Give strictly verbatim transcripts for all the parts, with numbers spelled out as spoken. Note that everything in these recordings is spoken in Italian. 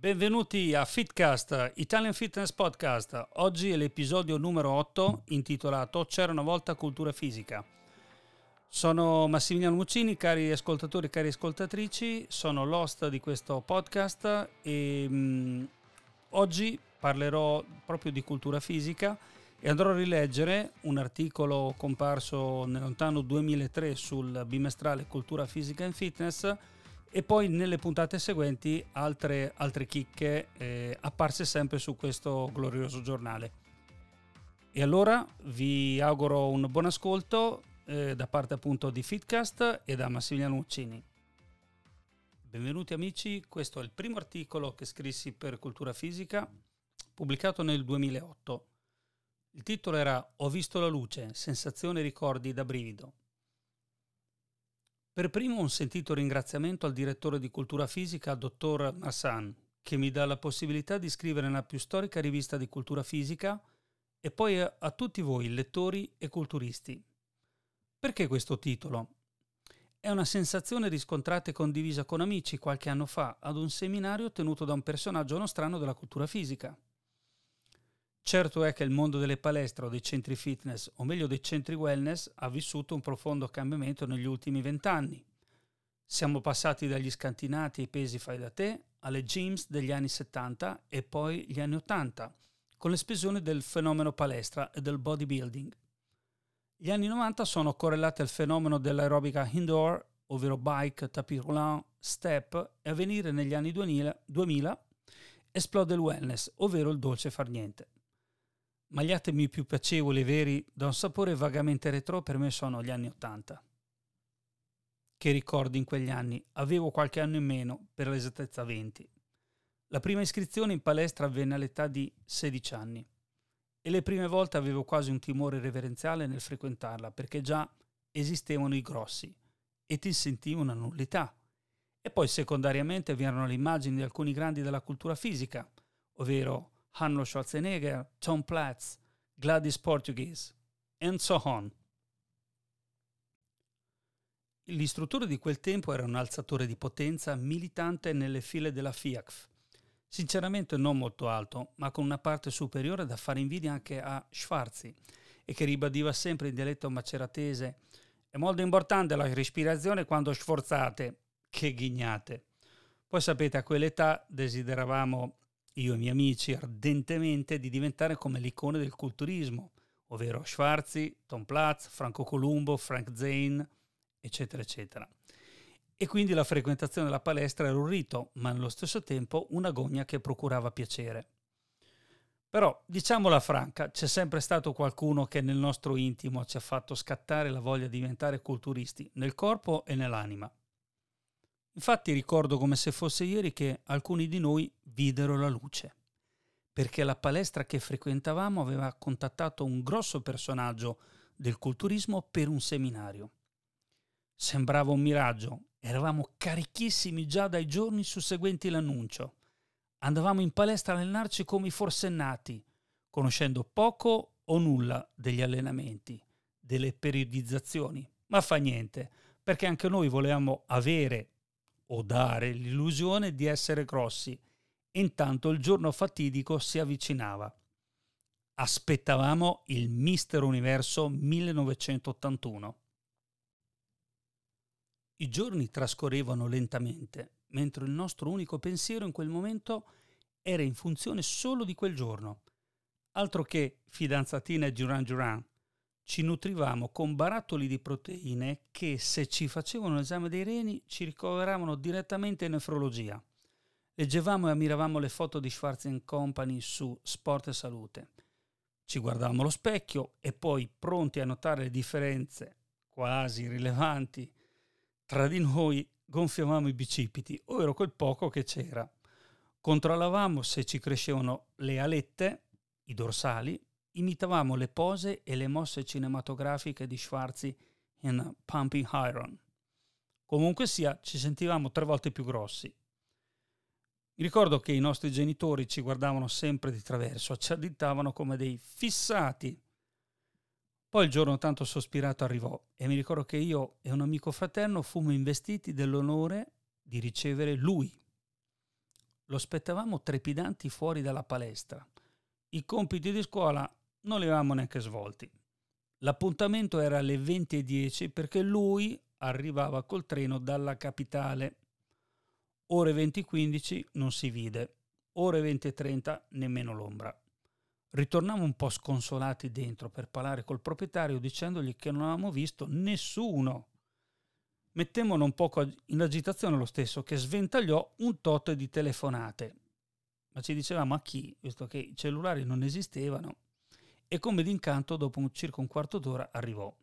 Benvenuti a Fitcast, Italian Fitness Podcast. Oggi è l'episodio numero otto intitolato C'era una volta cultura fisica. Sono Massimiliano Muccini, cari ascoltatori e cari ascoltatrici, sono l'host di questo podcast e mh, oggi parlerò proprio di cultura fisica e andrò a rileggere un articolo comparso nel lontano duemilatré sul bimestrale Cultura Fisica and Fitness e poi nelle puntate seguenti altre, altre chicche eh, apparse sempre su questo glorioso giornale. E allora vi auguro un buon ascolto eh, da parte appunto di Fitcast e da Massimiliano Muccini. Benvenuti amici, questo è il primo articolo che scrissi per Cultura Fisica, pubblicato nel duemilaotto. Il titolo era Ho visto la luce, sensazioni e ricordi da brivido. Per primo un sentito ringraziamento al direttore di Cultura Fisica, dottor Marsan, che mi dà la possibilità di scrivere nella più storica rivista di cultura fisica, e poi a, a tutti voi, lettori e culturisti. Perché questo titolo? È una sensazione riscontrata e condivisa con amici qualche anno fa ad un seminario tenuto da un personaggio nostrano della cultura fisica. Certo è che il mondo delle palestre o dei centri fitness, o meglio dei centri wellness, ha vissuto un profondo cambiamento negli ultimi vent'anni. Siamo passati dagli scantinati e pesi fai da te alle gyms degli anni settanta e poi gli anni ottanta, con l'esplosione del fenomeno palestra e del bodybuilding. Gli anni novanta sono correlati al fenomeno dell'aerobica indoor, ovvero bike, tapis roulant, step, e a venire negli anni duemila esplode il wellness, ovvero il dolce far niente. Ma gli attimi più piacevoli e veri, da un sapore vagamente retro, per me sono gli anni Ottanta. Che ricordi in quegli anni? Avevo qualche anno in meno, per l'esattezza venti. La prima iscrizione in palestra avvenne all'età di sedici anni e le prime volte avevo quasi un timore reverenziale nel frequentarla, perché già esistevano i grossi e ti sentivo una nullità. E poi secondariamente vi erano le immagini di alcuni grandi della cultura fisica, ovvero Arnold Schwarzenegger, Tom Platz, Gladys Portuguese, and so on. L'istruttore di quel tempo era un alzatore di potenza militante nelle file della F I A C F. Sinceramente non molto alto, ma con una parte superiore da fare invidia anche a Schwarzi, e che ribadiva sempre in dialetto maceratese: è molto importante la respirazione quando sforzate, che ghignate. Poi sapete, a quell'età desideravamo, io e i miei amici, ardentemente di diventare come le icone del culturismo, ovvero Schwarzi, Tom Platz, Franco Columbo, Frank Zane, eccetera, eccetera. E quindi la frequentazione della palestra era un rito, ma nello stesso tempo una gogna che procurava piacere. Però, diciamola franca, c'è sempre stato qualcuno che nel nostro intimo ci ha fatto scattare la voglia di diventare culturisti, nel corpo e nell'anima. Infatti ricordo come se fosse ieri che alcuni di noi videro la luce, perché la palestra che frequentavamo aveva contattato un grosso personaggio del culturismo per un seminario. Sembrava un miraggio, eravamo carichissimi già dai giorni susseguenti l'annuncio. Andavamo in palestra a allenarci come i forsennati, conoscendo poco o nulla degli allenamenti, delle periodizzazioni, ma fa niente, perché anche noi volevamo avere o dare l'illusione di essere grossi, e intanto il giorno fatidico si avvicinava. Aspettavamo il Mister Universo millenovecentottantuno. I giorni trascorrevano lentamente, mentre il nostro unico pensiero in quel momento era in funzione solo di quel giorno. Altro che fidanzatina e Duran Duran. Ci nutrivamo con barattoli di proteine che, se ci facevano l'esame dei reni, ci ricoveravano direttamente in nefrologia. Leggevamo e ammiravamo le foto di Schwarz and Company su Sport e Salute. Ci guardavamo allo specchio e poi, pronti a notare le differenze quasi irrilevanti tra di noi, gonfiavamo i bicipiti, ovvero quel poco che c'era. Controllavamo se ci crescevano le alette, i dorsali, imitavamo le pose e le mosse cinematografiche di Schwarzi in Pumping Iron. Comunque sia, ci sentivamo tre volte più grossi. Mi ricordo che i nostri genitori ci guardavano sempre di traverso, ci additavano come dei fissati. Poi il giorno tanto sospirato arrivò e mi ricordo che io e un amico fraterno fummo investiti dell'onore di ricevere lui, lo aspettavamo trepidanti fuori dalla palestra. I compiti di scuola non li avevamo neanche svolti. L'appuntamento era alle venti e dieci perché lui arrivava col treno dalla capitale. Ore venti e quindici non si vide, ore venti e trenta nemmeno l'ombra. Ritornavamo un po' sconsolati dentro per parlare col proprietario dicendogli che non avevamo visto nessuno. Mettemmono un poco in agitazione lo stesso, che sventagliò un tot di telefonate. Ma ci dicevamo a chi, visto che i cellulari non esistevano, e come d'incanto dopo un, circa un quarto d'ora arrivò.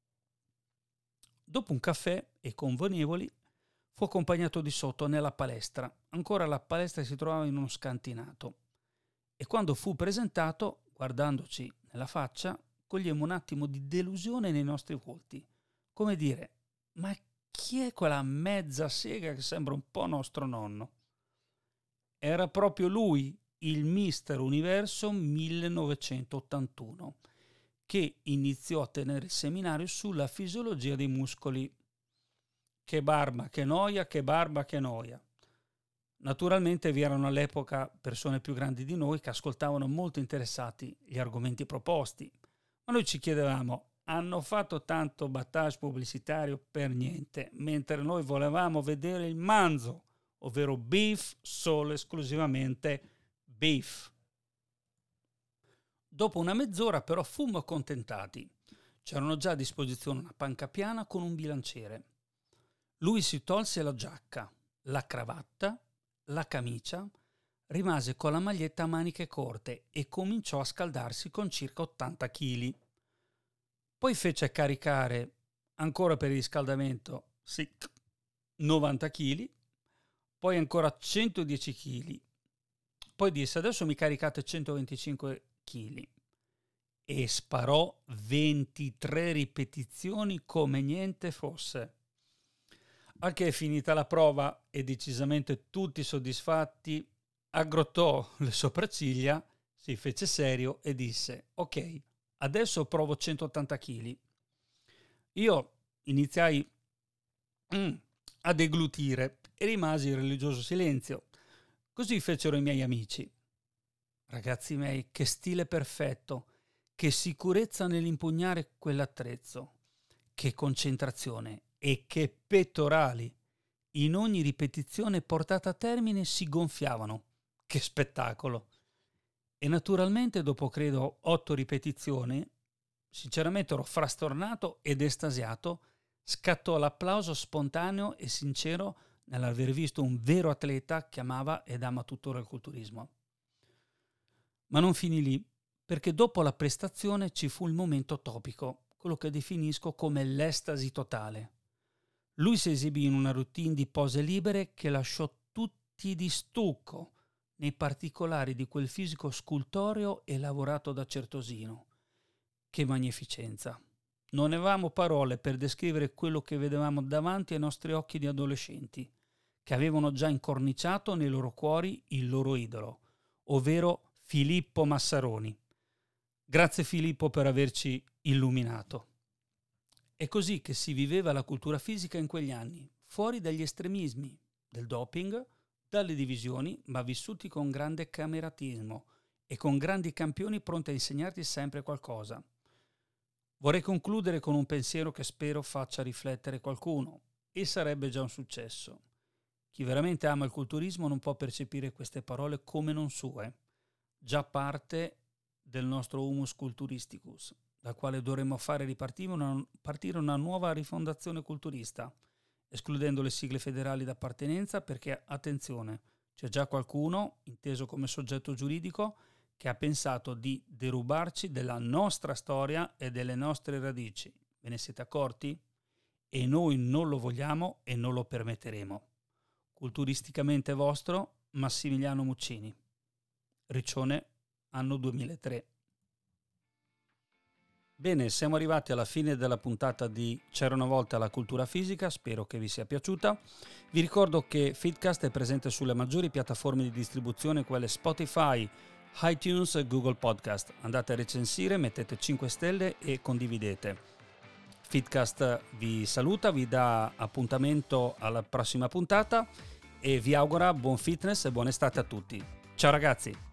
Dopo un caffè e convenevoli fu accompagnato di sotto nella palestra. Ancora la palestra si trovava in uno scantinato. E quando fu presentato, guardandoci nella faccia, cogliemmo un attimo di delusione nei nostri volti. Come dire, ma chi è quella mezza sega che sembra un po' nostro nonno? Era proprio lui, il Mister Universo millenovecentottantuno, che iniziò a tenere il seminario sulla fisiologia dei muscoli. Che barba, che noia, che barba, che noia. Naturalmente vi erano all'epoca persone più grandi di noi che ascoltavano molto interessati gli argomenti proposti, ma noi ci chiedevamo: hanno fatto tanto battage pubblicitario per niente, mentre noi volevamo vedere il manzo, ovvero beef, solo esclusivamente beef. Dopo una mezz'ora però fummo accontentati. C'erano già a disposizione una panca piana con un bilanciere. Lui si tolse la giacca, la cravatta, la camicia, rimase con la maglietta a maniche corte e cominciò a scaldarsi con circa ottanta chili. Poi fece caricare, ancora per il riscaldamento, sì, novanta chili, poi ancora centodieci chili. Poi disse: adesso mi caricate centoventicinque chili. E sparò ventitré ripetizioni come niente fosse. Al che, finita la prova e decisamente tutti soddisfatti, aggrottò le sopracciglia, si fece serio e disse: ok, adesso provo centottanta chili. Io iniziai mm, a deglutire e rimasi in religioso silenzio. Così fecero i miei amici. Ragazzi miei, che stile perfetto, che sicurezza nell'impugnare quell'attrezzo, che concentrazione e che pettorali. In ogni ripetizione portata a termine si gonfiavano. Che spettacolo! E naturalmente dopo credo otto ripetizioni, sinceramente ero frastornato ed estasiato, scattò l'applauso spontaneo e sincero nell'aver visto un vero atleta che amava ed ama tuttora il culturismo. Ma non finì lì, perché dopo la prestazione ci fu il momento topico, quello che definisco come l'estasi totale. Lui si esibì in una routine di pose libere che lasciò tutti di stucco nei particolari di quel fisico scultoreo e lavorato da Certosino. Che magnificenza! Non avevamo parole per descrivere quello che vedevamo davanti ai nostri occhi di adolescenti, che avevano già incorniciato nei loro cuori il loro idolo, ovvero Filippo Massaroni. Grazie Filippo per averci illuminato. È così che si viveva la cultura fisica in quegli anni, fuori dagli estremismi, del doping, dalle divisioni, ma vissuti con grande cameratismo e con grandi campioni pronti a insegnarti sempre qualcosa. Vorrei concludere con un pensiero che spero faccia riflettere qualcuno, e sarebbe già un successo. Chi veramente ama il culturismo non può percepire queste parole come non sue, già parte del nostro humus culturisticus, dal quale dovremmo fare ripartire una, partire una nuova rifondazione culturista, escludendo le sigle federali d'appartenenza perché, attenzione, c'è già qualcuno, inteso come soggetto giuridico, che ha pensato di derubarci della nostra storia e delle nostre radici. Ve ne siete accorti? E noi non lo vogliamo e non lo permetteremo. Culturisticamente vostro, Massimiliano Muccini. Riccione, anno duemilatré. Bene, siamo arrivati alla fine della puntata di C'era una volta la cultura fisica, spero che vi sia piaciuta. Vi ricordo che Fitcast è presente sulle maggiori piattaforme di distribuzione, quelle Spotify, iTunes e Google Podcast. Andate a recensire, mettete cinque stelle e condividete. Fitcast vi saluta, vi dà appuntamento alla prossima puntata e vi augura buon fitness e buona estate a tutti. Ciao ragazzi!